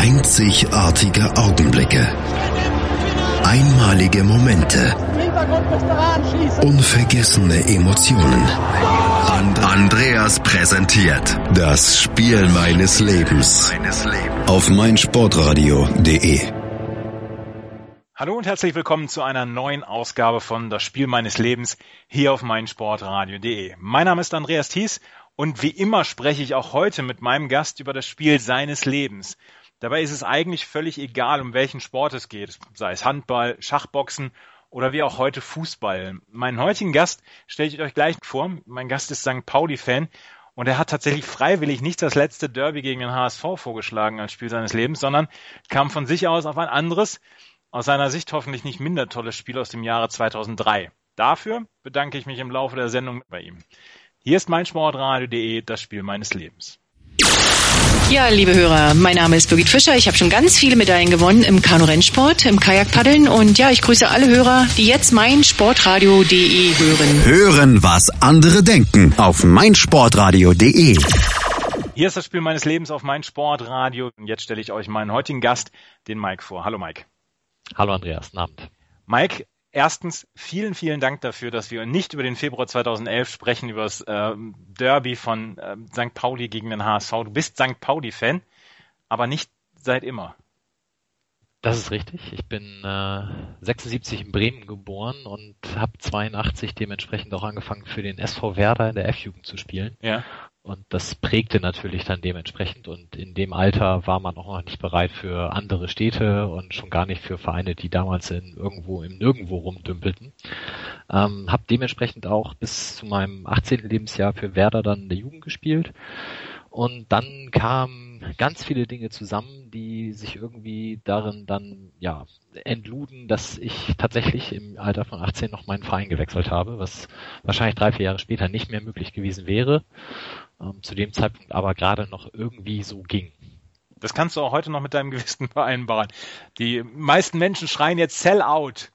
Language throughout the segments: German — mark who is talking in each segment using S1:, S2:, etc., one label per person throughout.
S1: Einzigartige Augenblicke. Einmalige Momente. Unvergessene Emotionen. Andreas präsentiert das Spiel meines Lebens auf meinsportradio.de.
S2: Hallo und herzlich willkommen zu einer neuen Ausgabe von Das Spiel meines Lebens hier auf meinsportradio.de. Mein Name ist Andreas Thies und wie immer spreche ich auch heute mit meinem Gast über das Spiel seines Lebens. Dabei ist es eigentlich völlig egal, um welchen Sport es geht, sei es Handball, Schachboxen oder wie auch heute Fußball. Meinen heutigen Gast stelle ich euch gleich vor. Mein Gast ist St. Pauli-Fan und er hat tatsächlich freiwillig nicht das letzte Derby gegen den HSV vorgeschlagen als Spiel seines Lebens, sondern kam von sich aus auf ein anderes, aus seiner Sicht hoffentlich nicht minder tolles Spiel aus dem Jahre 2003. Dafür bedanke ich mich im Laufe der Sendung bei ihm. Hier ist meinsportradio.de, das Spiel meines Lebens.
S3: Ja, liebe Hörer, mein Name ist Birgit Fischer. Ich habe schon ganz viele Medaillen gewonnen im Kanu-Rennsport, im Kajakpaddeln und ja, ich grüße alle Hörer, die jetzt meinsportradio.de hören.
S1: Hören, was andere denken auf meinsportradio.de.
S2: Hier ist das Spiel meines Lebens auf meinsportradio und jetzt stelle ich euch meinen heutigen Gast, den Mike, vor. Hallo Mike.
S4: Hallo Andreas, guten Abend.
S2: Mike, erstens vielen, vielen Dank dafür, dass wir nicht über den Februar 2011 sprechen, über das Derby von St. Pauli gegen den HSV. Du bist St. Pauli-Fan, aber nicht seit immer.
S4: Das ist richtig. Ich bin 76 in Bremen geboren und habe 82 dementsprechend auch angefangen für den SV Werder in der F-Jugend zu spielen.
S2: Ja.
S4: Und das prägte natürlich dann dementsprechend und in dem Alter war man auch noch nicht bereit für andere Städte und schon gar nicht für Vereine, die damals irgendwo im Nirgendwo rumdümpelten. Habe dementsprechend auch bis zu meinem 18. Lebensjahr für Werder dann in der Jugend gespielt und dann kamen ganz viele Dinge zusammen, die sich irgendwie darin dann entluden, dass ich tatsächlich im Alter von 18 noch meinen Verein gewechselt habe, was wahrscheinlich 3-4 Jahre später nicht mehr möglich gewesen wäre. Zu dem Zeitpunkt aber gerade noch irgendwie so ging.
S2: Das kannst du auch heute noch mit deinem Gewissen vereinbaren. Die meisten Menschen schreien jetzt Sell out.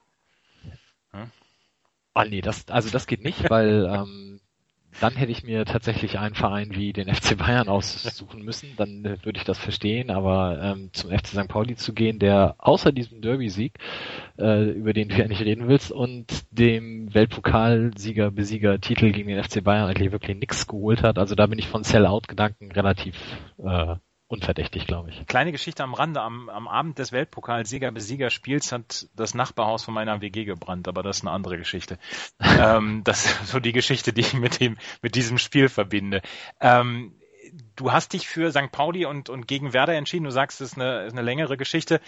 S4: Ah nee, das geht nicht, weil dann hätte ich mir tatsächlich einen Verein wie den FC Bayern aussuchen müssen, dann würde ich das verstehen, aber zum FC St. Pauli zu gehen, der außer diesem Derby-Sieg, über den du ja nicht reden willst, und dem Weltpokalsieger-Besieger-Titel gegen den FC Bayern eigentlich wirklich nichts geholt hat, also da bin ich von Sell-Out-Gedanken relativ unverdächtig, glaube ich.
S2: Kleine Geschichte am Rande. Am Abend des Weltpokalsieger-Besieger-Spiels hat das Nachbarhaus von meiner WG gebrannt, aber das ist eine andere Geschichte. Das ist so die Geschichte, die ich mit diesem Spiel verbinde. Du hast dich für St. Pauli und gegen Werder entschieden. Du sagst, es ist eine längere Geschichte.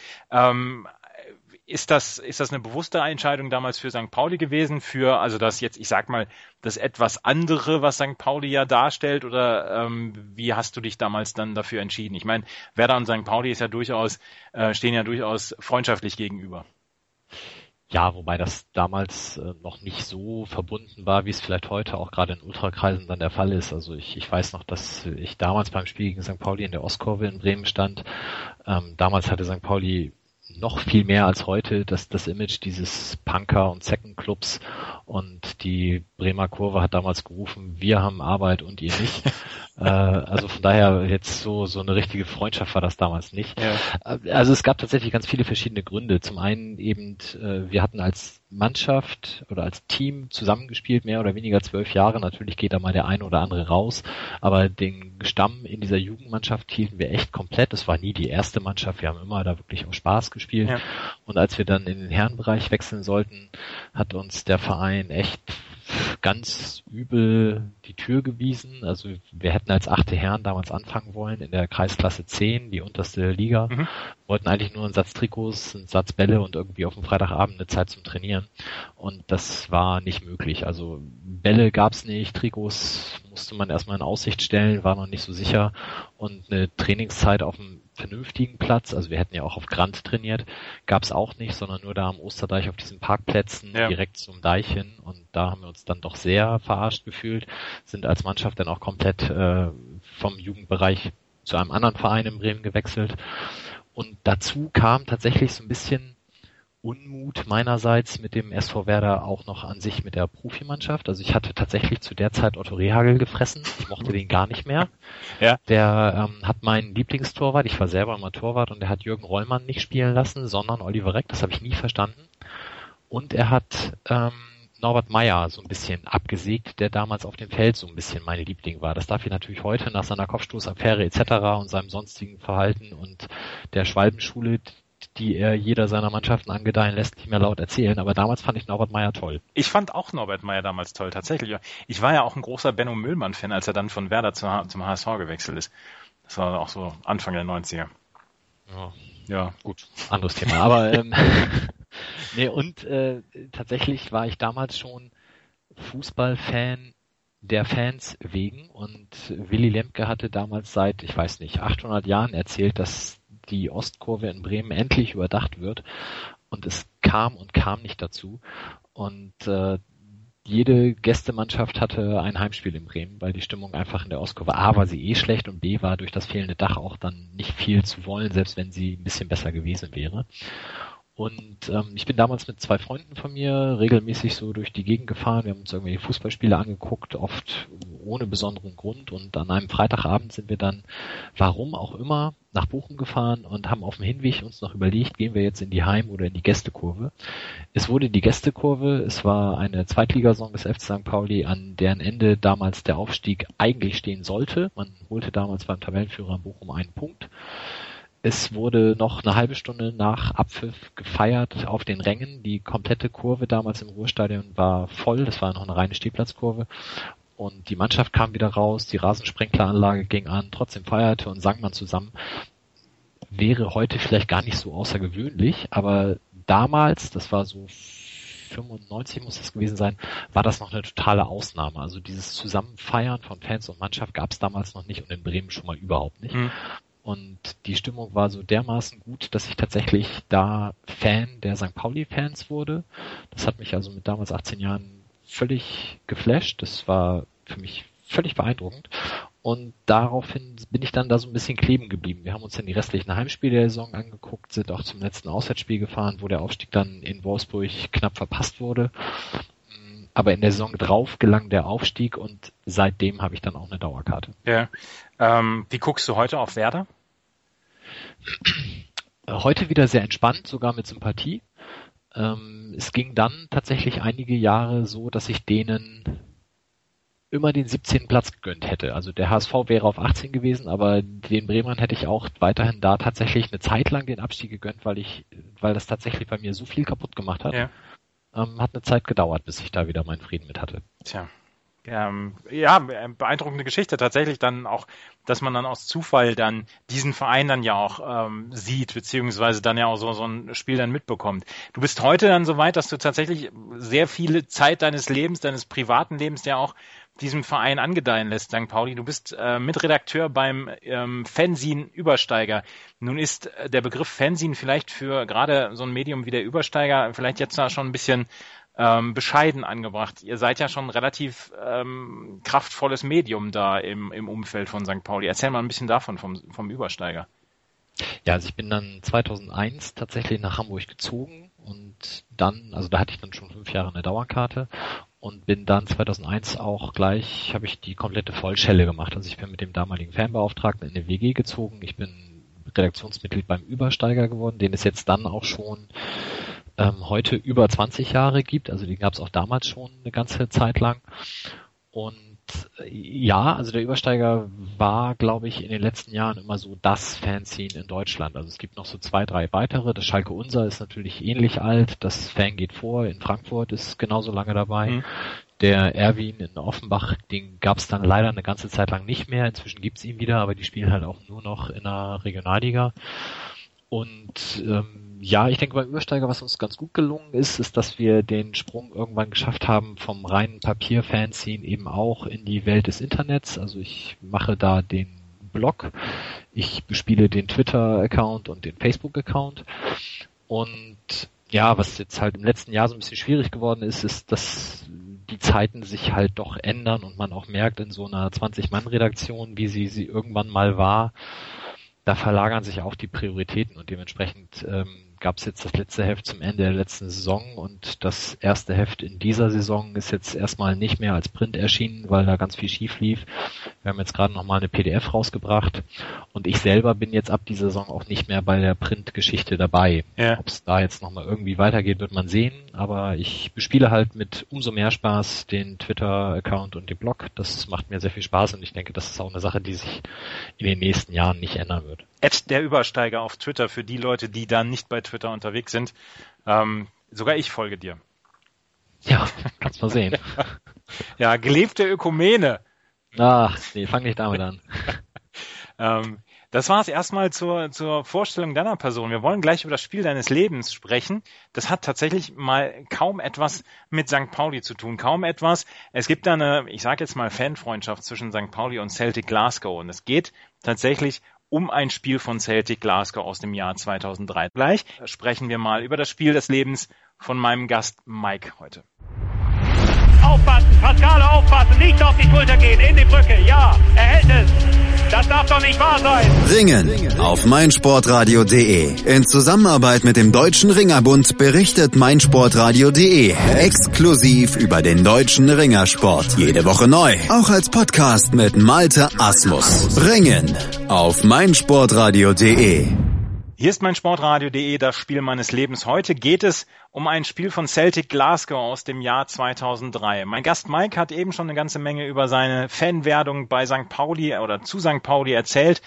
S2: Ist das eine bewusste Entscheidung damals für St. Pauli gewesen, also das jetzt, ich sag mal, das etwas andere, was St. Pauli ja darstellt, oder wie hast du dich damals dann dafür entschieden? Ich meine, Werder und St. Pauli stehen ja durchaus freundschaftlich gegenüber.
S4: Ja, wobei das damals noch nicht so verbunden war, wie es vielleicht heute auch gerade in Ultrakreisen dann der Fall ist. Also ich weiß noch, dass ich damals beim Spiel gegen St. Pauli in der Ostkurve in Bremen stand. Damals hatte St. Pauli noch viel mehr als heute das Image dieses Punker- und Zeckenclubs und die Bremer Kurve hat damals gerufen, wir haben Arbeit und ihr nicht. Also von daher jetzt so eine richtige Freundschaft war das damals nicht. Ja. Also es gab tatsächlich ganz viele verschiedene Gründe. Zum einen eben, wir hatten als Mannschaft oder als Team zusammengespielt, mehr oder weniger 12 Jahre. Natürlich geht da mal der eine oder andere raus, aber den Stamm in dieser Jugendmannschaft hielten wir echt komplett. Es war nie die erste Mannschaft, wir haben immer da wirklich auch Spaß gespielt. Ja. Und als wir dann in den Herrenbereich wechseln sollten, hat uns der Verein echt ganz übel die Tür gewiesen. Also wir hätten als 8. Herren damals anfangen wollen in der Kreisklasse 10, die unterste Liga. Wollten eigentlich nur einen Satz Trikots, einen Satz Bälle und irgendwie auf dem Freitagabend eine Zeit zum Trainieren. Und das war nicht möglich. Also Bälle gab's nicht, Trikots musste man erstmal in Aussicht stellen, war noch nicht so sicher. Und eine Trainingszeit auf dem vernünftigen Platz, also wir hätten ja auch auf Grand trainiert, gab's auch nicht, sondern nur da am Osterdeich auf diesen Parkplätzen direkt zum Deich hin. Und da haben wir uns dann doch sehr verarscht gefühlt, sind als Mannschaft dann auch komplett vom Jugendbereich zu einem anderen Verein in Bremen gewechselt. Und dazu kam tatsächlich so ein bisschen Unmut meinerseits mit dem SV Werder auch noch an sich mit der Profimannschaft. Also ich hatte tatsächlich zu der Zeit Otto Rehhagel gefressen. Ich mochte den gar nicht mehr.
S2: Ja.
S4: Der hat meinen Lieblingstorwart, ich war selber immer Torwart, und der hat Jürgen Rollmann nicht spielen lassen, sondern Oliver Reck. Das habe ich nie verstanden. Und er hat Norbert Meyer so ein bisschen abgesägt, der damals auf dem Feld so ein bisschen mein Liebling war. Das darf ich natürlich heute nach seiner Kopfstoßaffäre etc. und seinem sonstigen Verhalten und der Schwalbenschule, die er jeder seiner Mannschaften angedeihen lässt, nicht mehr laut erzählen. Aber damals fand ich Norbert Meyer toll.
S2: Ich fand auch Norbert Meyer damals toll, tatsächlich. Ich war ja auch ein großer Benno Müllmann-Fan, als er dann von Werder zum HSV gewechselt ist. Das war auch so Anfang der 90er. Ja.
S4: Gut, anderes Thema. Aber nee, und tatsächlich war ich damals schon Fußballfan der Fans wegen, und Willy Lemke hatte damals seit, ich weiß nicht, 800 Jahren erzählt, dass die Ostkurve in Bremen endlich überdacht wird, und es kam nicht dazu, und jede Gästemannschaft hatte ein Heimspiel in Bremen, weil die Stimmung einfach in der Ostkurve A war sie schlecht und B war durch das fehlende Dach auch dann nicht viel zu wollen, selbst wenn sie ein bisschen besser gewesen wäre. Und ich bin damals mit 2 Freunden von mir regelmäßig so durch die Gegend gefahren. Wir haben uns irgendwelche Fußballspiele angeguckt, oft ohne besonderen Grund. Und an einem Freitagabend sind wir dann, warum auch immer, nach Bochum gefahren und haben auf dem Hinweg uns noch überlegt, gehen wir jetzt in die Heim- oder in die Gästekurve. Es wurde die Gästekurve. Es war eine Zweitligasaison des FC St. Pauli, an deren Ende damals der Aufstieg eigentlich stehen sollte. Man holte damals beim Tabellenführer Bochum einen Punkt. Es wurde noch eine halbe Stunde nach Abpfiff gefeiert auf den Rängen. Die komplette Kurve damals im Ruhrstadion war voll. Das war noch eine reine Stehplatzkurve. Und die Mannschaft kam wieder raus, die Rasensprenkleranlage ging an, trotzdem feierte und sang man zusammen. Wäre heute vielleicht gar nicht so außergewöhnlich, aber damals, das war so 95 muss das gewesen sein, war das noch eine totale Ausnahme. Also dieses Zusammenfeiern von Fans und Mannschaft gab es damals noch nicht und in Bremen schon mal überhaupt nicht. Und die Stimmung war so dermaßen gut, dass ich tatsächlich da Fan der St. Pauli-Fans wurde. Das hat mich also mit damals 18 Jahren völlig geflasht. Das war für mich völlig beeindruckend. Und daraufhin bin ich dann da so ein bisschen kleben geblieben. Wir haben uns dann die restlichen Heimspiele der Saison angeguckt, sind auch zum letzten Auswärtsspiel gefahren, wo der Aufstieg dann in Wolfsburg knapp verpasst wurde. Aber in der Saison drauf gelang der Aufstieg und seitdem habe ich dann auch eine Dauerkarte.
S2: Ja. Wie guckst du heute auf Werder?
S4: Heute wieder sehr entspannt, sogar mit Sympathie. Es ging dann tatsächlich einige Jahre so, dass ich denen immer den 17. Platz gegönnt hätte. Also der HSV wäre auf 18 gewesen, aber den Bremern hätte ich auch weiterhin da tatsächlich eine Zeit lang den Abstieg gegönnt, weil das tatsächlich bei mir so viel kaputt gemacht hat. Ja. Hat eine Zeit gedauert, bis ich da wieder meinen Frieden mit hatte.
S2: Tja. Ja, beeindruckende Geschichte tatsächlich dann auch, dass man dann aus Zufall dann diesen Verein dann ja auch sieht, beziehungsweise dann ja auch so ein Spiel dann mitbekommt. Du bist heute dann so weit, dass du tatsächlich sehr viele Zeit deines Lebens, deines privaten Lebens ja auch diesem Verein angedeihen lässt, St. Pauli. Du bist Mitredakteur beim Fanzine Übersteiger. Nun ist der Begriff Fanzine vielleicht für gerade so ein Medium wie der Übersteiger vielleicht jetzt da schon ein bisschen bescheiden angebracht. Ihr seid ja schon ein relativ kraftvolles Medium da im Umfeld von St. Pauli. Erzähl mal ein bisschen davon, vom Übersteiger.
S4: Ja, also ich bin dann 2001 tatsächlich nach Hamburg gezogen und dann, also da hatte ich dann schon 5 Jahre eine Dauerkarte und bin dann 2001 auch gleich, habe ich die komplette Vollschelle gemacht. Also ich bin mit dem damaligen Fanbeauftragten in eine WG gezogen. Ich bin Redaktionsmitglied beim Übersteiger geworden, den es jetzt dann auch schon heute über 20 Jahre gibt, also die gab es auch damals schon eine ganze Zeit lang. Und ja, also der Übersteiger war, glaube ich, in den letzten Jahren immer so das Fanzine in Deutschland. Also es gibt noch so 2, 3 weitere. Das Schalke Unser ist natürlich ähnlich alt. Das Fan geht vor in Frankfurt ist genauso lange dabei. Der Erwin in Offenbach, den gab es dann leider eine ganze Zeit lang nicht mehr. Inzwischen gibt es ihn wieder, aber die spielen halt auch nur noch in der Regionalliga. Und ja, ich denke beim Übersteiger, was uns ganz gut gelungen ist, dass wir den Sprung irgendwann geschafft haben vom reinen Papier-Fanzine eben auch in die Welt des Internets. Also ich mache da den Blog, ich bespiele den Twitter-Account und den Facebook-Account. Und ja, was jetzt halt im letzten Jahr so ein bisschen schwierig geworden ist, dass die Zeiten sich halt doch ändern und man auch merkt in so einer 20-Mann-Redaktion, wie sie irgendwann mal war, da verlagern sich auch die Prioritäten und dementsprechend gab es jetzt das letzte Heft zum Ende der letzten Saison und das erste Heft in dieser Saison ist jetzt erstmal nicht mehr als Print erschienen, weil da ganz viel schief lief. Wir haben jetzt gerade nochmal eine PDF rausgebracht und ich selber bin jetzt ab dieser Saison auch nicht mehr bei der Printgeschichte dabei. Ja. Ob es da jetzt nochmal irgendwie weitergeht, wird man sehen, aber ich bespiele halt mit umso mehr Spaß den Twitter-Account und den Blog. Das macht mir sehr viel Spaß und ich denke, das ist auch eine Sache, die sich in den nächsten Jahren nicht ändern wird.
S2: Der Übersteiger auf Twitter für die Leute, die da nicht bei Twitter unterwegs sind. Sogar ich folge dir.
S4: Ja, kannst mal sehen.
S2: Ja, gelebte Ökumene.
S4: Ach, nee, fang nicht damit an.
S2: Das war es erstmal zur Vorstellung deiner Person. Wir wollen gleich über das Spiel deines Lebens sprechen. Das hat tatsächlich mal kaum etwas mit St. Pauli zu tun. Kaum etwas. Es gibt da eine, ich sage jetzt mal, Fanfreundschaft zwischen St. Pauli und Celtic Glasgow. Und es geht tatsächlich um ein Spiel von Celtic Glasgow aus dem Jahr 2003. Gleich sprechen wir mal über das Spiel des Lebens von meinem Gast Mike heute.
S5: Aufpassen, Pascale, aufpassen, nicht auf die Schulter gehen, in die Brücke, ja, er hält es. Das darf doch nicht wahr sein.
S1: Ringen auf meinsportradio.de. In Zusammenarbeit mit dem Deutschen Ringerbund berichtet meinsportradio.de exklusiv über den deutschen Ringersport. Jede Woche neu. Auch als Podcast mit Malte Asmus. Ringen auf meinsportradio.de.
S2: Hier ist meinsportradio.de, das Spiel meines Lebens. Heute geht es um ein Spiel von Celtic Glasgow aus dem Jahr 2003. Mein Gast Mike hat eben schon eine ganze Menge über seine Fanwerdung bei St. Pauli oder zu St. Pauli erzählt.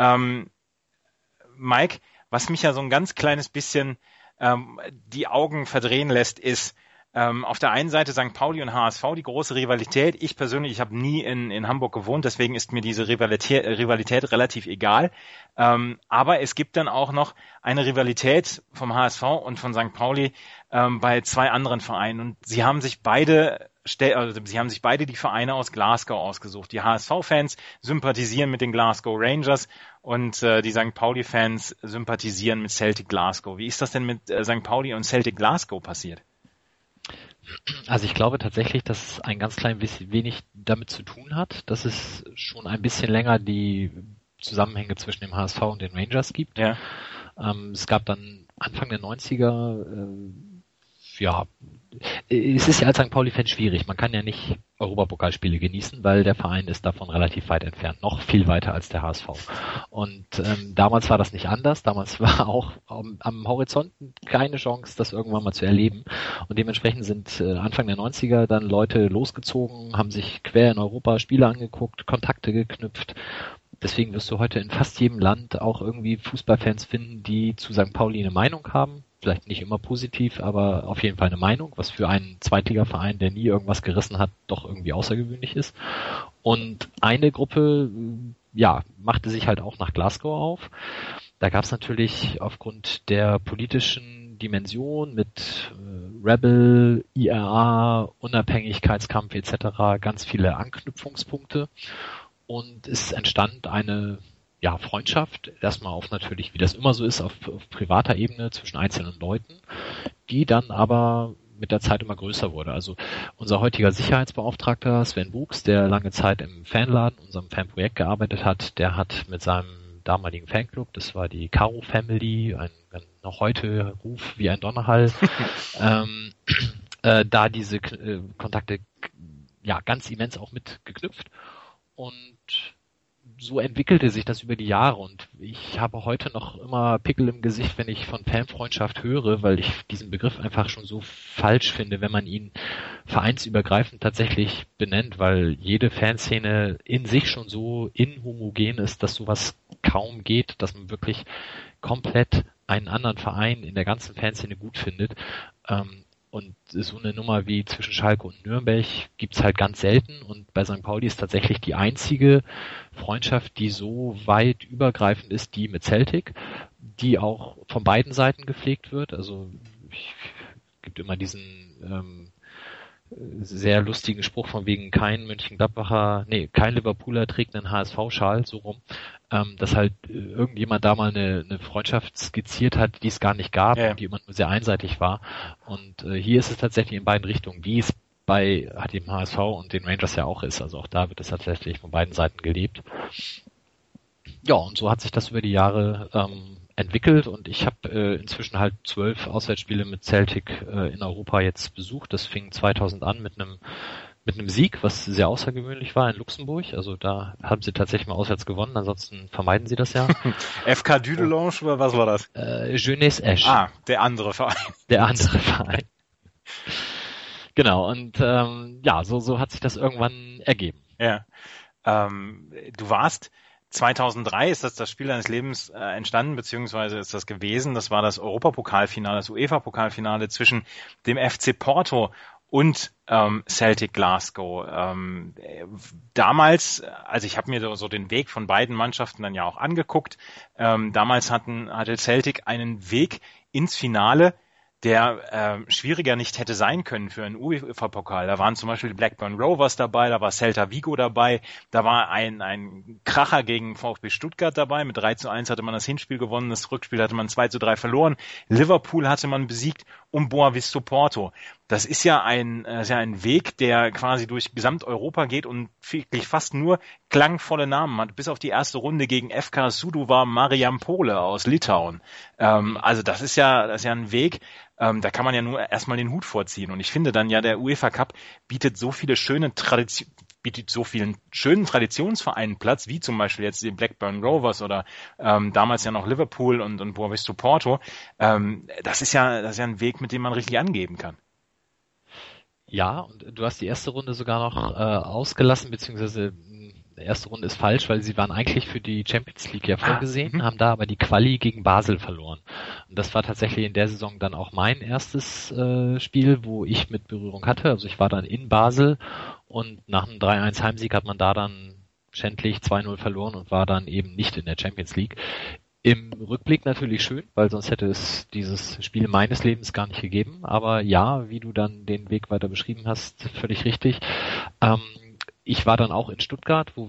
S2: Mike, was mich ja so ein ganz kleines bisschen die Augen verdrehen lässt, ist auf der einen Seite St. Pauli und HSV, die große Rivalität. Ich persönlich, ich habe nie in Hamburg gewohnt, deswegen ist mir diese Rivalität relativ egal. Aber es gibt dann auch noch eine Rivalität vom HSV und von St. Pauli bei zwei anderen Vereinen. Und sie haben sich beide die Vereine aus Glasgow ausgesucht. Die HSV-Fans sympathisieren mit den Glasgow Rangers und die St. Pauli-Fans sympathisieren mit Celtic Glasgow. Wie ist das denn mit St. Pauli und Celtic Glasgow passiert?
S4: Also ich glaube tatsächlich, dass es ein ganz klein bisschen wenig damit zu tun hat, dass es schon ein bisschen länger die Zusammenhänge zwischen dem HSV und den Rangers gibt. Ja. Es gab dann Anfang der 90er, es ist ja als St. Pauli-Fan schwierig. Man kann ja nicht Europapokalspiele genießen, weil der Verein ist davon relativ weit entfernt, noch viel weiter als der HSV. Und damals war das nicht anders. Damals war auch am Horizont keine Chance, das irgendwann mal zu erleben. Und dementsprechend sind Anfang der 90er dann Leute losgezogen, haben sich quer in Europa Spiele angeguckt, Kontakte geknüpft. Deswegen wirst du heute in fast jedem Land auch irgendwie Fußballfans finden, die zu St. Pauli eine Meinung haben. Vielleicht nicht immer positiv, aber auf jeden Fall eine Meinung, was für einen Zweitligaverein, der nie irgendwas gerissen hat, doch irgendwie außergewöhnlich ist. Und eine Gruppe, machte sich halt auch nach Glasgow auf. Da gab es natürlich aufgrund der politischen Dimension mit Rebel, IRA, Unabhängigkeitskampf etc. ganz viele Anknüpfungspunkte. Und es entstand eine Freundschaft, erstmal auf natürlich, wie das immer so ist, auf privater Ebene zwischen einzelnen Leuten, die dann aber mit der Zeit immer größer wurde. Also unser heutiger Sicherheitsbeauftragter Sven Wuchs, der lange Zeit im Fanladen, unserem Fanprojekt gearbeitet hat, der hat mit seinem damaligen Fanclub, das war die Caro Family, ein noch heute Ruf wie ein Donnerhall, da diese Kontakte ganz immens auch mit geknüpft. Und so entwickelte sich das über die Jahre und ich habe heute noch immer Pickel im Gesicht, wenn ich von Fanfreundschaft höre, weil ich diesen Begriff einfach schon so falsch finde, wenn man ihn vereinsübergreifend tatsächlich benennt, weil jede Fanszene in sich schon so inhomogen ist, dass sowas kaum geht, dass man wirklich komplett einen anderen Verein in der ganzen Fanszene gut findet. Und so eine Nummer wie zwischen Schalke und Nürnberg gibt's halt ganz selten. Und bei St. Pauli ist tatsächlich die einzige Freundschaft, die so weit übergreifend ist, die mit Celtic, die auch von beiden Seiten gepflegt wird. Also gibt immer diesen sehr lustigen Spruch von wegen kein Liverpooler trägt einen HSV-Schal, so rum, dass halt irgendjemand da mal eine Freundschaft skizziert hat, die es gar nicht gab und die immer nur sehr einseitig war. Und hier ist es tatsächlich in beiden Richtungen, wie es bei dem HSV und den Rangers ja auch ist. Also auch da wird es tatsächlich von beiden Seiten gelebt. Ja, und so hat sich das über die Jahre entwickelt und ich habe inzwischen halt 12 Auswärtsspiele mit Celtic in Europa jetzt besucht. Das fing 2000 an mit einem Sieg, was sehr außergewöhnlich war in Luxemburg. Also da haben sie tatsächlich mal auswärts gewonnen, ansonsten vermeiden sie das ja.
S2: FK Dudelange oder was war das?
S4: Jeunesse Esch.
S2: Der andere Verein.
S4: Der andere Verein. Genau, und so hat sich das irgendwann ergeben.
S2: Ja. Du warst 2003 ist das Spiel deines Lebens entstanden, beziehungsweise ist das gewesen. Das war das Europapokalfinale, das UEFA-Pokalfinale zwischen dem FC Porto und Celtic Glasgow. Damals, also ich habe mir so den Weg von beiden Mannschaften dann ja auch angeguckt. Damals hatte Celtic einen Weg ins Finale, der schwieriger nicht hätte sein können für einen UEFA-Pokal. Da waren zum Beispiel die Blackburn Rovers dabei, da war Celta Vigo dabei, da war ein Kracher gegen VfB Stuttgart dabei. Mit 3:1 hatte man das Hinspiel gewonnen, das Rückspiel hatte man 2:3 verloren. Liverpool hatte man besiegt und Boa Visto Porto. Das ist ja ein Weg, der quasi durch Gesamteuropa geht und wirklich fast nur klangvolle Namen hat, bis auf die erste Runde gegen FK Sūduva Marijampolė aus Litauen. Also das ist ja ein Weg, da kann man ja nur erstmal den Hut vorziehen. Und ich finde dann ja, der UEFA Cup bietet so vielen schönen Traditionsvereinen Platz, wie zum Beispiel jetzt die Blackburn Rovers oder damals ja noch Liverpool und Boa Visto Porto. Das ist ja ein Weg, mit dem man richtig angeben kann.
S4: Ja, und du hast die erste Runde sogar noch ausgelassen, beziehungsweise die erste Runde ist falsch, weil sie waren eigentlich für die Champions League ja vorgesehen, haben da aber die Quali gegen Basel verloren. Und das war tatsächlich in der Saison dann auch mein erstes Spiel, wo ich mit Berührung hatte. Also ich war dann in Basel und nach einem 3:1 Heimsieg hat man da dann schändlich 2:0 verloren und war dann eben nicht in der Champions League. Im Rückblick natürlich schön, weil sonst hätte es dieses Spiel meines Lebens gar nicht gegeben. Aber ja, wie du dann den Weg weiter beschrieben hast, völlig richtig. Ich war dann auch in Stuttgart, wo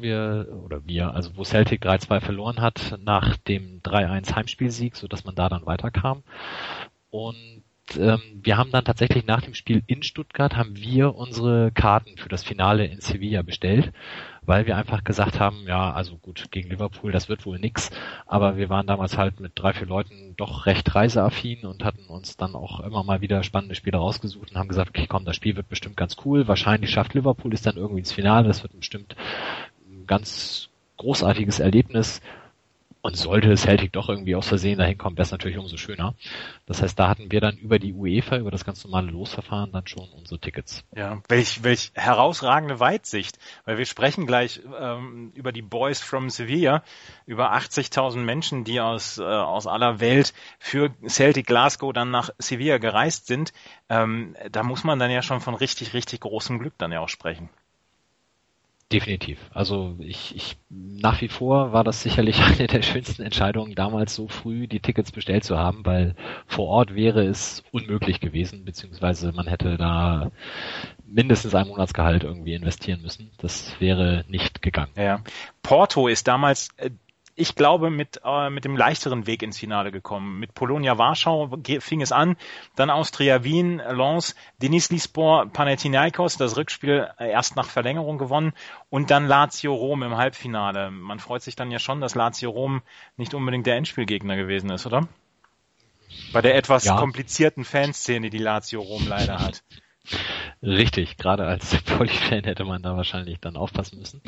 S4: Celtic 3:2 verloren hat nach dem 3:1 Heimspielsieg, sodass man da dann weiterkam. Und wir haben dann tatsächlich nach dem Spiel in Stuttgart haben wir unsere Karten für das Finale in Sevilla bestellt, weil wir einfach gesagt haben, ja, also gut, gegen Liverpool, das wird wohl nix, aber wir waren damals halt mit 3-4 Leuten doch recht reiseaffin und hatten uns dann auch immer mal wieder spannende Spiele rausgesucht und haben gesagt, okay, komm, das Spiel wird bestimmt ganz cool, wahrscheinlich schafft Liverpool es dann irgendwie ins Finale, das wird bestimmt ein ganz großartiges Erlebnis. Und sollte Celtic doch irgendwie aus Versehen dahin kommen, wäre es natürlich umso schöner. Das heißt, da hatten wir dann über die UEFA, über das ganz normale Losverfahren dann schon unsere Tickets.
S2: Ja, welch herausragende Weitsicht, weil wir sprechen gleich über die Boys from Sevilla, über 80.000 Menschen, die aus aller Welt für Celtic Glasgow dann nach Sevilla gereist sind. Da muss man dann ja schon von richtig, richtig großem Glück dann ja auch sprechen.
S4: Definitiv. Also ich nach wie vor war das sicherlich eine der schönsten Entscheidungen, damals so früh die Tickets bestellt zu haben, weil vor Ort wäre es unmöglich gewesen, beziehungsweise man hätte da mindestens ein Monatsgehalt irgendwie investieren müssen. Das wäre nicht gegangen.
S2: Ja. Porto ist damals, ich glaube, mit dem leichteren Weg ins Finale gekommen. Mit Polonia Warschau fing es an, dann Austria Wien, Lens, Denizlispor, Panathinaikos, das Rückspiel erst nach Verlängerung gewonnen und dann Lazio Rom im Halbfinale. Man freut sich dann ja schon, dass Lazio Rom nicht unbedingt der Endspielgegner gewesen ist, oder? Bei der etwas komplizierten Fanszene, die Lazio Rom leider hat.
S4: Richtig, gerade als Poli-Fan hätte man da wahrscheinlich dann aufpassen müssen.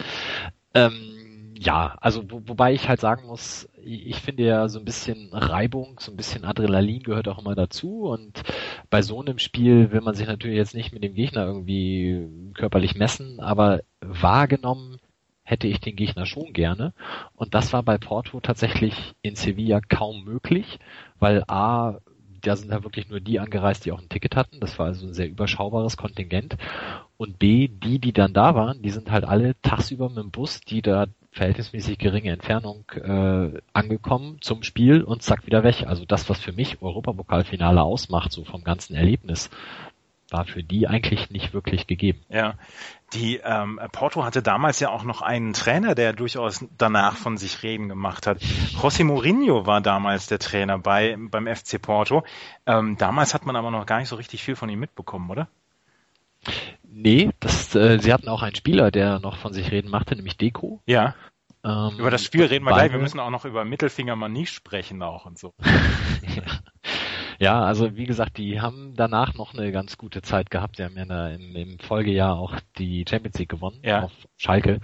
S4: Ja, also wobei ich halt sagen muss, ich finde ja so ein bisschen Reibung, so ein bisschen Adrenalin gehört auch immer dazu und bei so einem Spiel will man sich natürlich jetzt nicht mit dem Gegner irgendwie körperlich messen, aber wahrgenommen hätte ich den Gegner schon gerne und das war bei Porto tatsächlich in Sevilla kaum möglich, weil da sind ja wirklich nur die angereist, die auch ein Ticket hatten. Das war also ein sehr überschaubares Kontingent. Und B, die dann da waren, die sind halt alle tagsüber mit dem Bus, die da verhältnismäßig geringe Entfernung angekommen zum Spiel und zack wieder weg. Also das, was für mich Europapokalfinale ausmacht, so vom ganzen Erlebnis, war für die eigentlich nicht wirklich gegeben.
S2: Ja, die Porto hatte damals ja auch noch einen Trainer, der durchaus danach von sich reden gemacht hat. José Mourinho war damals der Trainer beim FC Porto. Damals hat man aber noch gar nicht so richtig viel von ihm mitbekommen, oder?
S4: Nee, sie hatten auch einen Spieler, der noch von sich reden machte, nämlich Deco.
S2: Ja. Über das Spiel reden wir gleich. Wir müssen auch noch über Mittelfinger-Manie sprechen auch und so.
S4: Ja, also wie gesagt, die haben danach noch eine ganz gute Zeit gehabt. Sie haben ja im Folgejahr auch die Champions League gewonnen auf Schalke.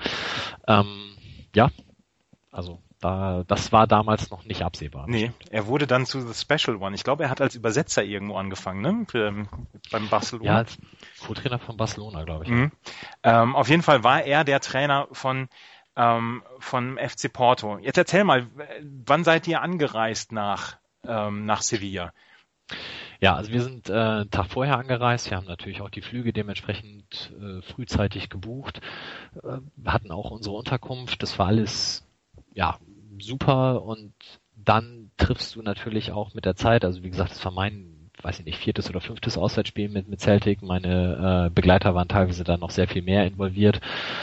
S4: Also das war damals noch nicht absehbar.
S2: Nee, er wurde dann zu The Special One. Ich glaube, er hat als Übersetzer irgendwo angefangen, ne? Beim Barcelona.
S4: Ja, als Co-Trainer von Barcelona, glaube ich.
S2: Mhm. Auf jeden Fall war er der Trainer von FC Porto. Jetzt erzähl mal, wann seid ihr angereist nach Sevilla?
S4: Ja, also wir sind einen Tag vorher angereist. Wir haben natürlich auch die Flüge dementsprechend frühzeitig gebucht, hatten auch unsere Unterkunft. Das war alles super, und dann triffst du natürlich auch mit der Zeit, also wie gesagt, das war mein, weiß ich nicht, 4. oder 5. Auswärtsspiel mit Celtic. Meine Begleiter waren teilweise dann noch sehr viel mehr involviert.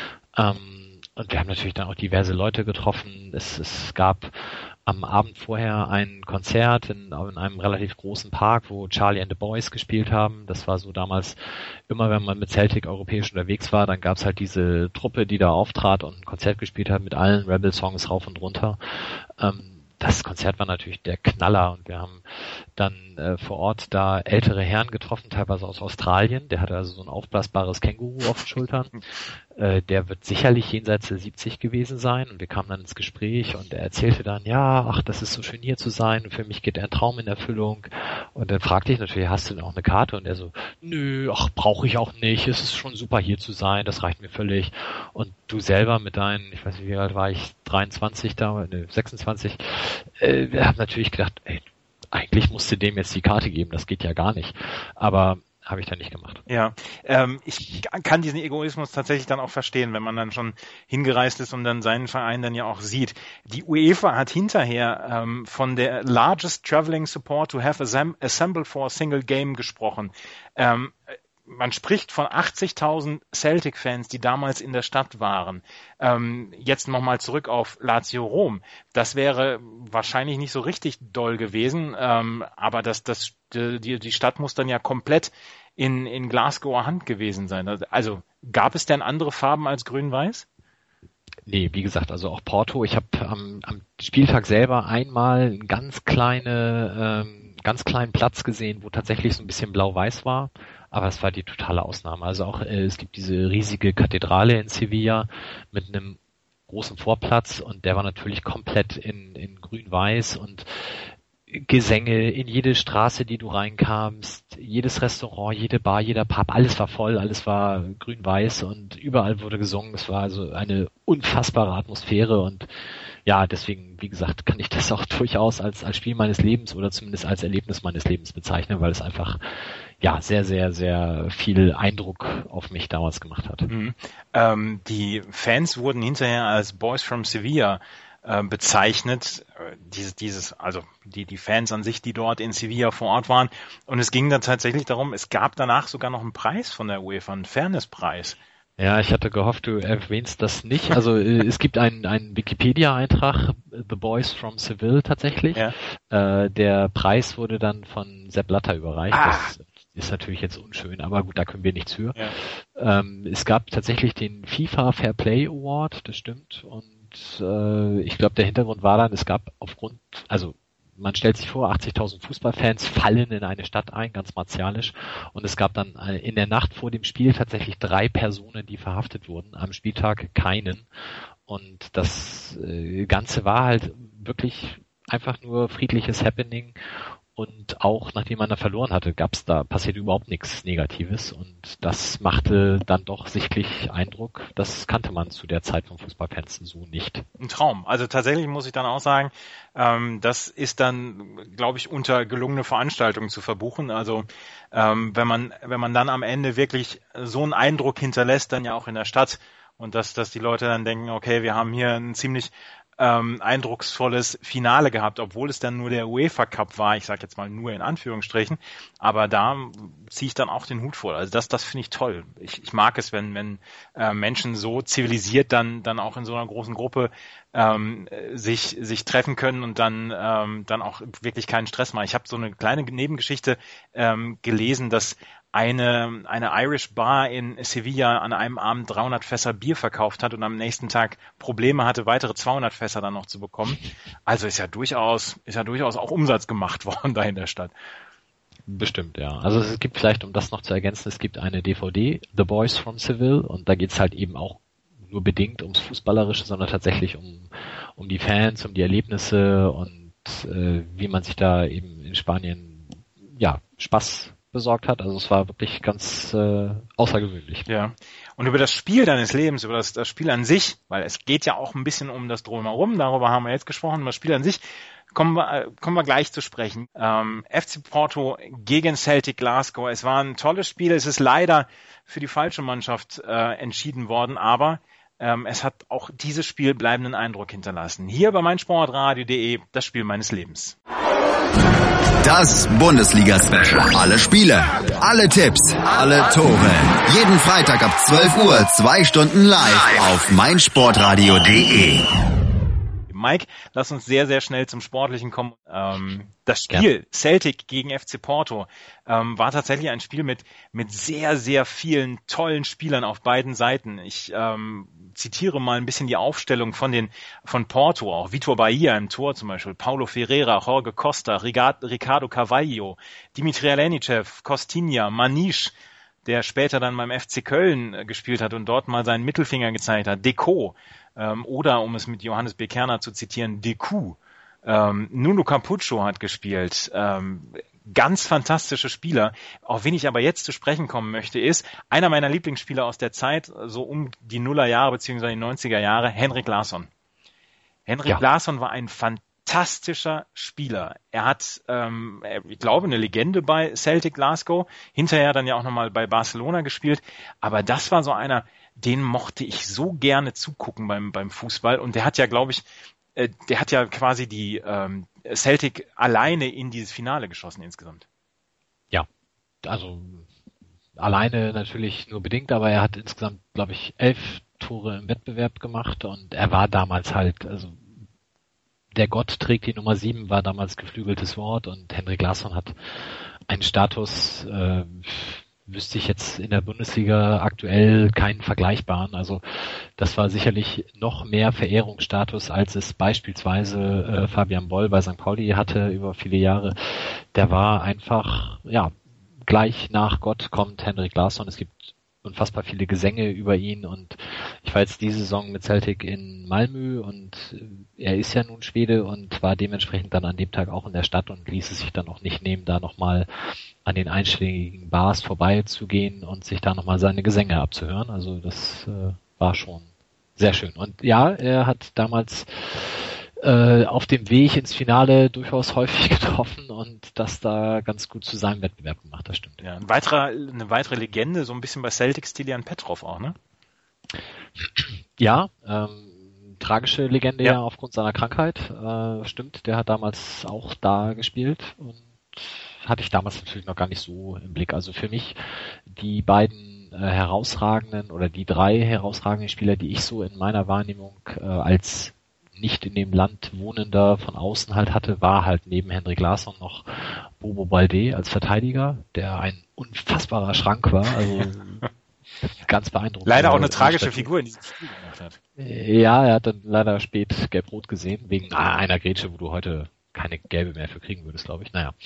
S4: Und wir haben natürlich dann auch diverse Leute getroffen. Es gab am Abend vorher ein Konzert in einem relativ großen Park, wo Charlie and the Boys gespielt haben. Das war so damals, immer wenn man mit Celtic europäisch unterwegs war, dann gab's halt diese Truppe, die da auftrat und ein Konzert gespielt hat mit allen Rebel-Songs rauf und runter. Das Konzert war natürlich der Knaller, und wir haben dann vor Ort da ältere Herren getroffen, teilweise aus Australien. Der hatte also so ein aufblasbares Känguru auf den Schultern. Der wird sicherlich jenseits der 70 gewesen sein, und wir kamen dann ins Gespräch, und er erzählte dann, das ist so schön hier zu sein, und für mich geht ein Traum in Erfüllung. Und dann fragte ich natürlich, hast du denn auch eine Karte? Und er so, nö, brauche ich auch nicht, es ist schon super hier zu sein, das reicht mir völlig. Und du selber mit deinen, ich weiß nicht, wie alt war ich, 26, wir haben natürlich gedacht, eigentlich musst du dem jetzt die Karte geben, das geht ja gar nicht. Aber habe ich dann nicht gemacht.
S2: Ja, ich kann diesen Egoismus tatsächlich dann auch verstehen, wenn man dann schon hingereist ist und dann seinen Verein dann ja auch sieht. Die UEFA hat hinterher von der largest traveling support to have assembled for a single game gesprochen. Man spricht von 80.000 Celtic-Fans, die damals in der Stadt waren. Jetzt nochmal zurück auf Lazio Rom. Das wäre wahrscheinlich nicht so richtig doll gewesen, aber die Stadt muss dann ja komplett in Glasgower Hand gewesen sein. Also gab es denn andere Farben als Grün-Weiß?
S4: Nee, wie gesagt, also auch Porto. Ich habe am Spieltag selber einmal einen ganz kleinen Platz gesehen, wo tatsächlich so ein bisschen blau-weiß war. Aber es war die totale Ausnahme. Also auch es gibt diese riesige Kathedrale in Sevilla mit einem großen Vorplatz, und der war natürlich komplett in grün-weiß, und Gesänge in jede Straße, die du reinkamst, jedes Restaurant, jede Bar, jeder Pub, alles war voll, alles war grün-weiß, und überall wurde gesungen. Es war also eine unfassbare Atmosphäre, und ja, deswegen, wie gesagt, kann ich das auch durchaus als Spiel meines Lebens oder zumindest als Erlebnis meines Lebens bezeichnen, weil es einfach sehr, sehr, sehr viel Eindruck auf mich damals gemacht hat.
S2: Mhm. Die Fans wurden hinterher als Boys from Sevilla bezeichnet, die Fans an sich, die dort in Sevilla vor Ort waren. Und es ging dann tatsächlich darum, es gab danach sogar noch einen Preis von der UEFA, einen Fairness-Preis.
S4: Ja, ich hatte gehofft, du erwähnst das nicht. Also es gibt einen Wikipedia-Eintrag, The Boys from Seville tatsächlich. Ja. Der Preis wurde dann von Sepp Blatter überreicht. Das ist natürlich jetzt unschön, aber gut, da können wir nichts für. Ja. Es gab tatsächlich den FIFA Fair Play Award, das stimmt. Und ich glaube, der Hintergrund war dann, es gab man stellt sich vor, 80.000 Fußballfans fallen in eine Stadt ein, ganz martialisch. Und es gab dann in der Nacht vor dem Spiel tatsächlich 3 Personen, die verhaftet wurden. Am Spieltag keinen. Und das Ganze war halt wirklich einfach nur friedliches Happening. Und auch nachdem man da verloren hatte, passiert überhaupt nichts Negatives. Und das machte dann doch sichtlich Eindruck. Das kannte man zu der Zeit von Fußballfans so nicht.
S2: Ein Traum. Also tatsächlich muss ich dann auch sagen, das ist dann, glaube ich, unter gelungene Veranstaltungen zu verbuchen. Also wenn man dann am Ende wirklich so einen Eindruck hinterlässt, dann ja auch in der Stadt, und dass die Leute dann denken, okay, wir haben hier ein ziemlich eindrucksvolles Finale gehabt, obwohl es dann nur der UEFA Cup war, ich sage jetzt mal nur in Anführungsstrichen, aber da ziehe ich dann auch den Hut vor. Also das finde ich toll. Ich mag es, wenn Menschen so zivilisiert dann auch in so einer großen Gruppe sich treffen können und dann auch wirklich keinen Stress machen. Ich habe so eine kleine Nebengeschichte gelesen, dass eine Irish Bar in Sevilla an einem Abend 300 Fässer Bier verkauft hat und am nächsten Tag Probleme hatte, weitere 200 Fässer dann noch zu bekommen. Also ist ja durchaus auch Umsatz gemacht worden da in der Stadt.
S4: Bestimmt, ja. Also es gibt vielleicht, um das noch zu ergänzen, es gibt eine DVD, The Boys from Seville, und da geht's halt eben auch nur bedingt ums Fußballerische, sondern tatsächlich um die Fans, um die Erlebnisse und wie man sich da eben in Spanien Spaß besorgt hat. Also es war wirklich ganz außergewöhnlich.
S2: Ja. Und über das Spiel deines Lebens, über das Spiel an sich, weil es geht ja auch ein bisschen um das Drumherum, darüber haben wir jetzt gesprochen, über das Spiel an sich, kommen wir gleich zu sprechen. FC Porto gegen Celtic Glasgow. Es war ein tolles Spiel. Es ist leider für die falsche Mannschaft entschieden worden, aber es hat auch dieses Spiel bleibenden Eindruck hinterlassen. Hier bei meinsportradio.de, das Spiel meines Lebens.
S1: Das Bundesliga-Special. Alle Spiele, alle Tipps, alle Tore. Jeden Freitag ab 12 Uhr, 2 Stunden live auf meinsportradio.de.
S2: Mike, lass uns sehr, sehr schnell zum Sportlichen kommen. Das Spiel Celtic gegen FC Porto war tatsächlich ein Spiel mit sehr, sehr vielen tollen Spielern auf beiden Seiten. Ich zitiere mal ein bisschen die Aufstellung von Porto, auch Vitor Bahia im Tor zum Beispiel, Paulo Ferreira, Jorge Costa, Ricardo Carvalho, Dimitri Alenicev, Costinha, Maniche, der später dann beim FC Köln gespielt hat und dort mal seinen Mittelfinger gezeigt hat, Deco, oder, um es mit Johannes Bekerner zu zitieren, Deku. Nuno Capucho hat gespielt. Ganz fantastische Spieler. Auf wen ich aber jetzt zu sprechen kommen möchte, ist einer meiner Lieblingsspieler aus der Zeit, so um die Nullerjahre bzw. die 90er Jahre, Henrik Larsson. Henrik Larsson war ein fantastischer Spieler. Er hat, ich glaube, eine Legende bei Celtic Glasgow, hinterher dann ja auch nochmal bei Barcelona gespielt, aber das war so einer, den mochte ich so gerne zugucken beim Fußball, und der hat ja, glaube ich, der hat ja quasi die Celtic alleine in dieses Finale geschossen insgesamt.
S4: Ja, also alleine natürlich nur bedingt, aber er hat insgesamt, glaube ich, 11 Tore im Wettbewerb gemacht, und er war damals halt, also der Gott trägt die Nummer 7, war damals geflügeltes Wort, und Henrik Larsson hat einen Status, wüsste ich jetzt in der Bundesliga aktuell keinen vergleichbaren. Also das war sicherlich noch mehr Verehrungsstatus, als es beispielsweise Fabian Boll bei St. Pauli hatte über viele Jahre. Der war einfach, gleich nach Gott kommt Henrik Larsson. Es gibt unfassbar viele Gesänge über ihn, und ich war jetzt diese Saison mit Celtic in Malmö, und er ist ja nun Schwede und war dementsprechend dann an dem Tag auch in der Stadt und ließ es sich dann auch nicht nehmen, da nochmal an den einschlägigen Bars vorbeizugehen und sich da nochmal seine Gesänge abzuhören. Also das war schon sehr schön. Und ja, er hat damals auf dem Weg ins Finale durchaus häufig getroffen und das da ganz gut zu seinem Wettbewerb gemacht, das stimmt.
S2: Ja, eine weitere Legende, so ein bisschen bei Celtic, Stilian Petrov auch, ne?
S4: Ja, tragische Legende ja aufgrund seiner Krankheit, stimmt, der hat damals auch da gespielt und hatte ich damals natürlich noch gar nicht so im Blick. Also für mich die beiden herausragenden oder die 3 herausragenden Spieler, die ich so in meiner Wahrnehmung als nicht in dem Land Wohnender von außen halt hatte, war halt neben Henrik Larsson noch Bobo Baldé als Verteidiger, der ein unfassbarer Schrank war, also ganz beeindruckend.
S2: Leider auch eine tragische Figur in diesem Spiel gemacht hat.
S4: Ja, er hat dann leider spät gelb-rot gesehen, wegen einer Grätsche, wo du heute keine gelbe mehr für kriegen würdest, glaube ich. Naja.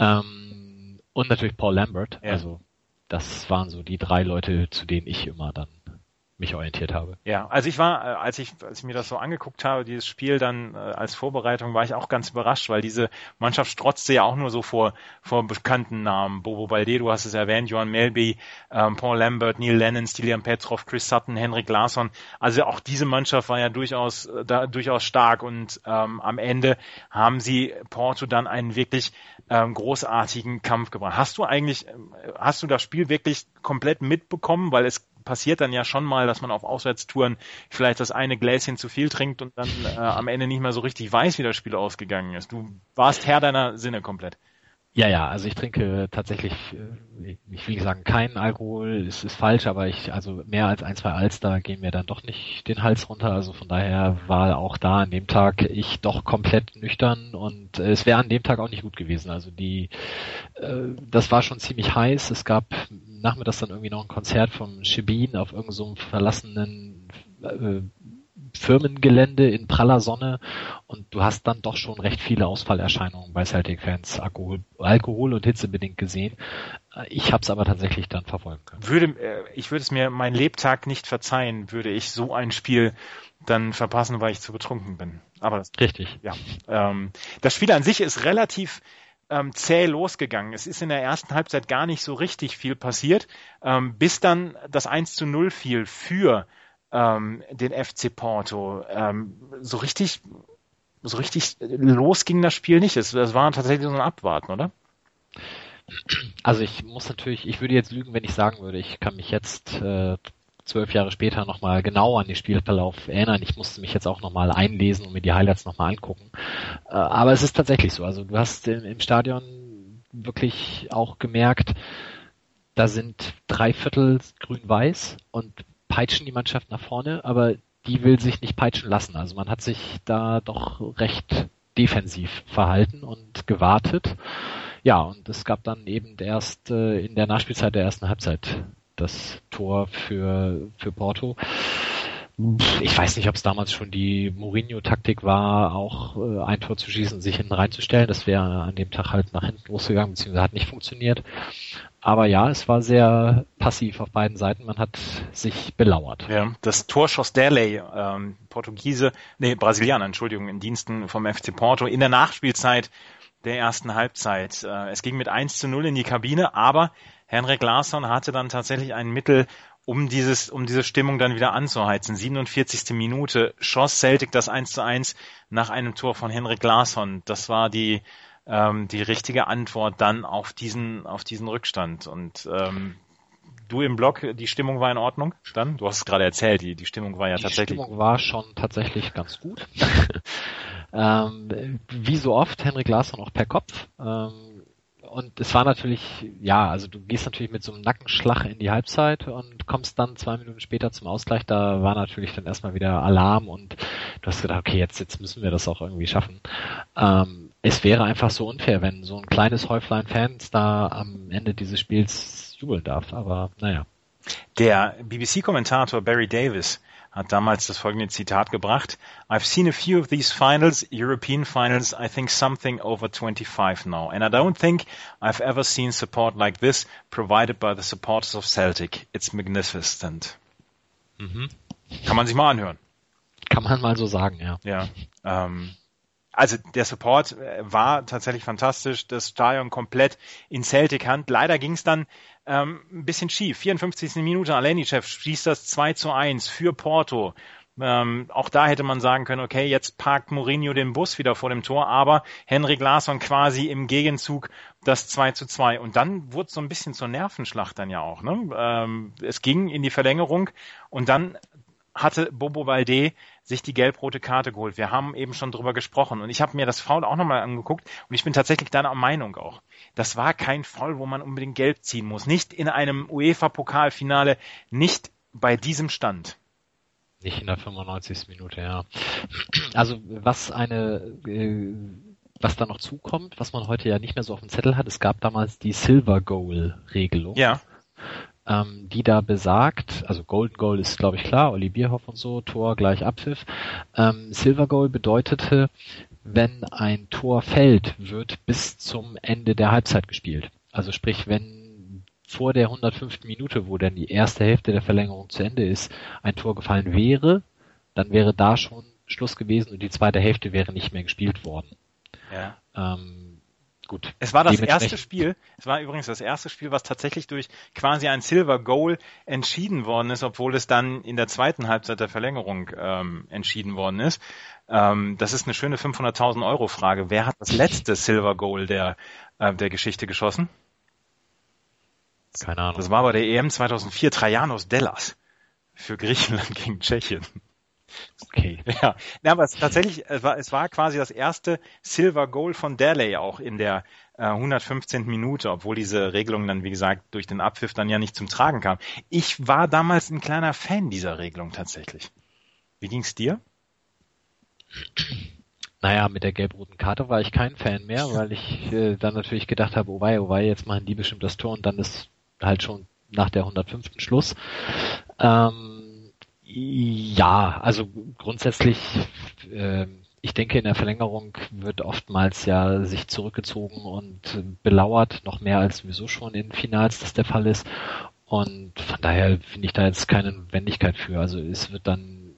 S4: Und natürlich Paul Lambert, also das waren so die 3 Leute, zu denen ich immer dann mich orientiert habe.
S2: Ja, also ich war, als ich mir das so angeguckt habe, dieses Spiel dann als Vorbereitung, war ich auch ganz überrascht, weil diese Mannschaft strotzte ja auch nur so vor bekannten Namen. Bobo Baldé, du hast es erwähnt, Johan Melby, Paul Lambert, Neil Lennon, Stilian Petrov, Chris Sutton, Henrik Larsson. Also auch diese Mannschaft war ja durchaus stark, und am Ende haben sie Porto dann einen wirklich großartigen Kampf gebracht. Hast du das Spiel wirklich komplett mitbekommen? Weil es passiert dann ja schon mal, dass man auf Auswärtstouren vielleicht das eine Gläschen zu viel trinkt und dann am Ende nicht mehr so richtig weiß, wie das Spiel ausgegangen ist. Du warst Herr deiner Sinne komplett.
S4: Ja, also ich trinke tatsächlich, ich will nicht sagen keinen Alkohol, es ist falsch, aber also mehr als 1, 2 Alster gehen mir dann doch nicht den Hals runter, also von daher war auch da an dem Tag ich doch komplett nüchtern und es wäre an dem Tag auch nicht gut gewesen, also das war schon ziemlich heiß, es gab nachmittags dann irgendwie noch ein Konzert vom Shebeen auf irgendeinem so verlassenen Firmengelände in praller Sonne und du hast dann doch schon recht viele Ausfallerscheinungen bei Celtic-Fans, Alkohol und Hitze bedingt gesehen. Ich habe es aber tatsächlich dann verfolgen können.
S2: Ich würde es mir meinen Lebtag nicht verzeihen, würde ich so ein Spiel dann verpassen, weil ich zu betrunken bin. Aber
S4: richtig.
S2: Ja, das Spiel an sich ist relativ zäh losgegangen. Es ist in der ersten Halbzeit gar nicht so richtig viel passiert, bis dann das 1:0 fiel für den FC Porto. So richtig los ging das Spiel nicht. Das war tatsächlich so ein Abwarten, oder?
S4: Also ich würde jetzt lügen, wenn ich sagen würde, ich kann mich jetzt 12 Jahre später nochmal genau an den Spielverlauf erinnern. Ich musste mich jetzt auch nochmal einlesen und mir die Highlights nochmal angucken. Aber es ist tatsächlich so. Also du hast im Stadion wirklich auch gemerkt, da sind 3/4 grün-weiß und peitschen die Mannschaft nach vorne, aber die will sich nicht peitschen lassen. Also man hat sich da doch recht defensiv verhalten und gewartet. Ja, und es gab dann eben erst in der Nachspielzeit der ersten Halbzeit das Tor für Porto. Ich weiß nicht, ob es damals schon die Mourinho-Taktik war, auch ein Tor zu schießen, sich hinten reinzustellen. Das wäre an dem Tag halt nach hinten losgegangen, beziehungsweise hat nicht funktioniert. Aber ja, es war sehr passiv auf beiden Seiten. Man hat sich belauert.
S2: Ja, das Tor schoss Derlei, Brasilianer, in Diensten vom FC Porto in der Nachspielzeit der ersten Halbzeit. Es ging mit 1:0 in die Kabine, aber Henrik Larsson hatte dann tatsächlich ein Mittel, um diese Stimmung dann wieder anzuheizen. 47. Minute schoss Celtic das 1:1 nach einem Tor von Henrik Larsson. Das war die richtige Antwort dann auf diesen Rückstand. Und du im Blog, die Stimmung war in Ordnung dann? Du hast es gerade erzählt, die Stimmung war ja tatsächlich...
S4: Die Stimmung war schon tatsächlich ganz gut. Wie so oft Henrik Larsson auch per Kopf. Und es war natürlich, ja, also du gehst natürlich mit so einem Nackenschlag in die Halbzeit und kommst dann 2 Minuten später zum Ausgleich. Da war natürlich dann erstmal wieder Alarm und du hast gedacht, okay, jetzt müssen wir das auch irgendwie schaffen. Es wäre einfach so unfair, wenn so ein kleines Häuflein Fans da am Ende dieses Spiels jubeln darf, aber naja.
S2: Der BBC-Kommentator Barry Davis hat damals das folgende Zitat gebracht: I've seen a few of these finals, European finals, I think something over 25 now. And I don't think I've ever seen support like this provided by the supporters of Celtic. It's magnificent. Mhm. Kann man sich mal anhören.
S4: Kann man mal so sagen, ja.
S2: Ja, also der Support war tatsächlich fantastisch, das Stadion komplett in Celtic-Hand. Leider ging es dann ein bisschen schief. 54. Minute, Alenicev schießt das 2:1 für Porto. Auch da hätte man sagen können, okay, jetzt parkt Mourinho den Bus wieder vor dem Tor, aber Henrik Larsson quasi im Gegenzug das 2:2. Und dann wurde es so ein bisschen zur Nervenschlacht dann ja auch. Ne? Es ging in die Verlängerung und dann hatte Bobo Baldé sich die gelb-rote Karte geholt. Wir haben eben schon drüber gesprochen und ich habe mir das Foul auch nochmal angeguckt und ich bin tatsächlich deiner Meinung auch. Das war kein Foul, wo man unbedingt gelb ziehen muss. Nicht in einem UEFA-Pokalfinale, nicht bei diesem Stand.
S4: Nicht in der 95. Minute, ja. Also was da noch zukommt, was man heute ja nicht mehr so auf dem Zettel hat, es gab damals die Silver Goal-Regelung.
S2: Ja.
S4: Die da besagt, also Golden Goal ist, glaube ich, klar, Olli Bierhoff und so, Tor gleich Abpfiff. Silver Goal bedeutete, wenn ein Tor fällt, wird bis zum Ende der Halbzeit gespielt. Also sprich, wenn vor der 105. Minute, wo dann die erste Hälfte der Verlängerung zu Ende ist, ein Tor gefallen wäre, dann wäre da schon Schluss gewesen und die zweite Hälfte wäre nicht mehr gespielt worden.
S2: Ja.
S4: Gut.
S2: Es war das erste Spiel, was tatsächlich durch quasi ein Silver Goal entschieden worden ist, obwohl es dann in der zweiten Halbzeit der Verlängerung entschieden worden ist. Das ist eine schöne 500.000 Euro Frage. Wer hat das letzte Silver Goal der Geschichte geschossen?
S4: Keine Ahnung.
S2: Das war bei der EM 2004 Trajanos Dellas für Griechenland gegen Tschechien.
S4: Okay.
S2: Ja, aber es war quasi das erste Silver Goal von Daly auch in der 115. Minute, obwohl diese Regelung dann, wie gesagt, durch den Abpfiff dann ja nicht zum Tragen kam. Ich war damals ein kleiner Fan dieser Regelung tatsächlich. Wie ging's dir?
S4: Naja, mit der gelb-roten Karte war ich kein Fan mehr, weil ich dann natürlich gedacht habe, oh wei, jetzt machen die bestimmt das Tor und dann ist halt schon nach der 105. Schluss. Ja, also grundsätzlich, ich denke, in der Verlängerung wird oftmals ja sich zurückgezogen und belauert, noch mehr als sowieso schon in Finals das der Fall ist. Und von daher finde ich da jetzt keine Notwendigkeit für. Also es wird dann,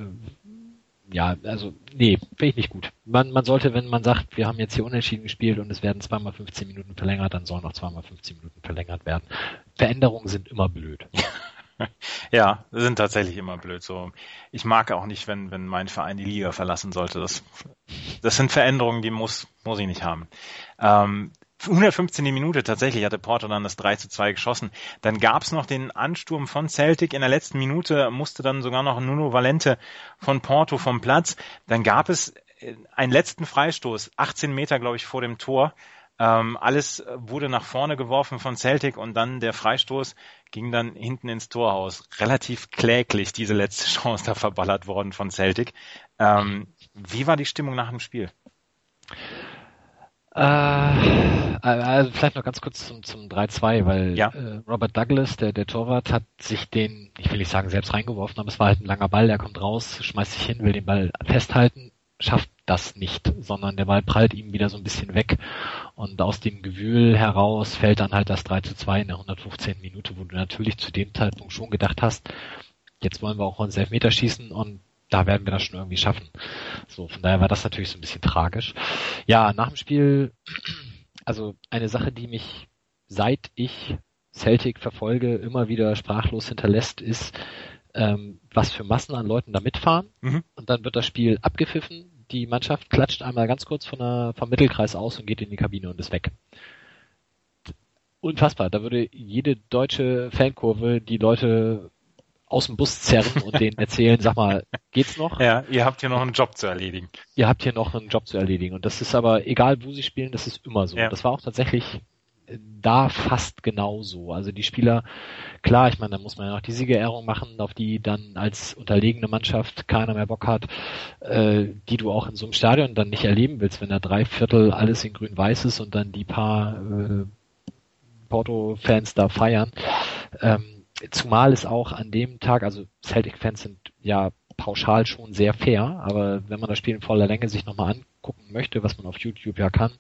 S4: finde ich nicht gut. Man sollte, wenn man sagt, wir haben jetzt hier unentschieden gespielt und es werden 2x15 Minuten verlängert, dann sollen auch 2x15 Minuten verlängert werden. Veränderungen sind immer blöd.
S2: Ja, sind tatsächlich immer blöd. So, ich mag auch nicht, wenn mein Verein die Liga verlassen sollte. Das sind Veränderungen, die muss ich nicht haben. 115. Minute tatsächlich hatte Porto dann das 3:2 geschossen. Dann gab's noch den Ansturm von Celtic. In der letzten Minute musste dann sogar noch Nuno Valente von Porto vom Platz. Dann gab es einen letzten Freistoß, 18 Meter, glaube ich, vor dem Tor. Alles wurde nach vorne geworfen von Celtic und dann der Freistoß ging dann hinten ins Torhaus. Relativ kläglich diese letzte Chance da verballert worden von Celtic. Wie war die Stimmung nach dem Spiel?
S4: Also vielleicht noch ganz kurz zum 3:2, weil Robert Douglas, der Torwart, hat sich den, ich will nicht sagen selbst reingeworfen, aber es war halt ein langer Ball, der kommt raus, schmeißt sich hin, will den Ball festhalten, schafft das nicht, sondern der Ball prallt ihm wieder so ein bisschen weg und aus dem Gewühl heraus fällt dann halt das 3:2 in der 115. Minute, wo du natürlich zu dem Zeitpunkt schon gedacht hast, jetzt wollen wir auch uns Elfmeter schießen und da werden wir das schon irgendwie schaffen. So, von daher war das natürlich so ein bisschen tragisch. Ja, nach dem Spiel, also eine Sache, die mich, seit ich Celtic verfolge, immer wieder sprachlos hinterlässt, ist, was für Massen an Leuten da mitfahren. Mhm. Und dann wird das Spiel abgepfiffen. Die Mannschaft klatscht einmal ganz kurz vom Mittelkreis aus und geht in die Kabine und ist weg. Unfassbar. Da würde jede deutsche Fankurve die Leute aus dem Bus zerren und denen erzählen, sag mal, geht's noch?
S2: Ja, ihr habt hier noch einen Job zu erledigen.
S4: Und das ist aber, egal wo sie spielen, das ist immer so. Ja. Das war auch tatsächlich da fast genauso. Also die Spieler, klar, ich meine, da muss man ja noch die Siegerehrung machen, auf die dann als unterlegene Mannschaft keiner mehr Bock hat, die du auch in so einem Stadion dann nicht erleben willst, wenn da 3/4 alles in grün-weiß ist und dann die paar Porto-Fans da feiern. Zumal es auch an dem Tag, also Celtic-Fans sind ja pauschal schon sehr fair, aber wenn man das Spiel in voller Länge sich nochmal angucken möchte, was man auf YouTube ja kann,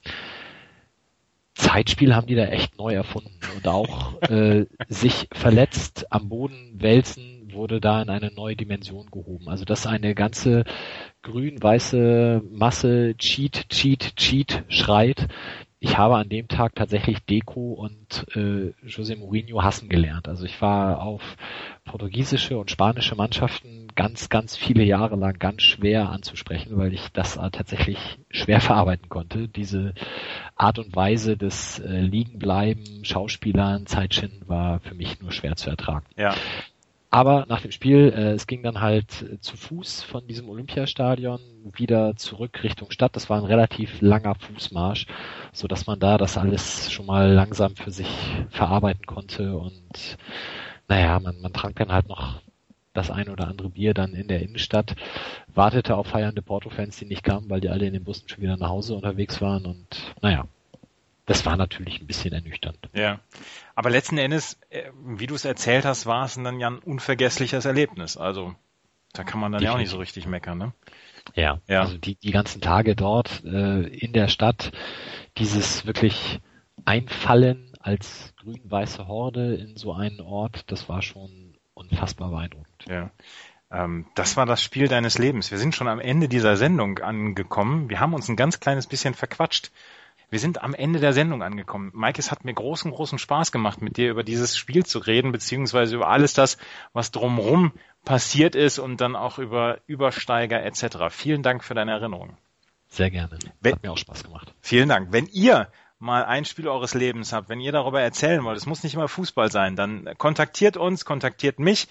S4: Zeitspiel haben die da echt neu erfunden und auch sich verletzt am Boden wälzen wurde da in eine neue Dimension gehoben. Also dass eine ganze grün-weiße Masse Cheat schreit. Ich habe an dem Tag tatsächlich Deco und José Mourinho hassen gelernt. Also ich war auf portugiesische und spanische Mannschaften ganz, ganz viele Jahre lang ganz schwer anzusprechen, weil ich das tatsächlich schwer verarbeiten konnte. Diese Art und Weise des Liegenbleiben, Schauspielern, Zeitschinden war für mich nur schwer zu ertragen.
S2: Ja.
S4: Aber nach dem Spiel, es ging dann halt zu Fuß von diesem Olympiastadion wieder zurück Richtung Stadt. Das war ein relativ langer Fußmarsch, so dass man da das alles schon mal langsam für sich verarbeiten konnte. Und naja, man trank dann halt noch das ein oder andere Bier dann in der Innenstadt, wartete auf feiernde Porto-Fans, die nicht kamen, weil die alle in den Bussen schon wieder nach Hause unterwegs waren. Und naja, das war natürlich ein bisschen ernüchternd.
S2: Ja, aber letzten Endes, wie du es erzählt hast, war es dann ja ein unvergessliches Erlebnis. Also da kann man dann ja auch nicht so richtig meckern, ne?
S4: Ja. Also die ganzen Tage dort in der Stadt, dieses wirklich Einfallen als grün-weiße Horde in so einen Ort, das war schon unfassbar beeindruckend.
S2: Ja. Das war das Spiel deines Lebens. Wir sind schon am Ende dieser Sendung angekommen. Wir haben uns ein ganz kleines bisschen verquatscht. Wir sind am Ende der Sendung angekommen. Mike, es hat mir großen Spaß gemacht, mit dir über dieses Spiel zu reden, beziehungsweise über alles das, was drumherum passiert ist und dann auch über Übersteiger etc. Vielen Dank für deine Erinnerung.
S4: Sehr gerne. Hat mir auch Spaß gemacht.
S2: Vielen Dank. Wenn ihr mal ein Spiel eures Lebens habt, wenn ihr darüber erzählen wollt, es muss nicht immer Fußball sein, dann kontaktiert uns, kontaktiert mich.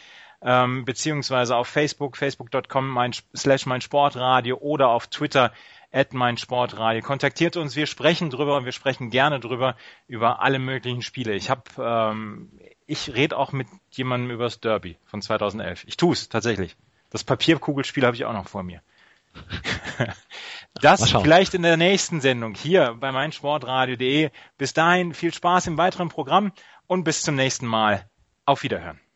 S2: beziehungsweise auf Facebook, facebook.com/meinsportradio oder auf Twitter @meinsportradio. Kontaktiert uns, wir sprechen drüber, wir sprechen gerne drüber, über alle möglichen Spiele. Ich rede auch mit jemandem über das Derby von 2011. Ich tue es tatsächlich. Das Papierkugelspiel habe ich auch noch vor mir. Das vielleicht in der nächsten Sendung hier bei meinsportradio.de. Bis dahin viel Spaß im weiteren Programm und bis zum nächsten Mal. Auf Wiederhören.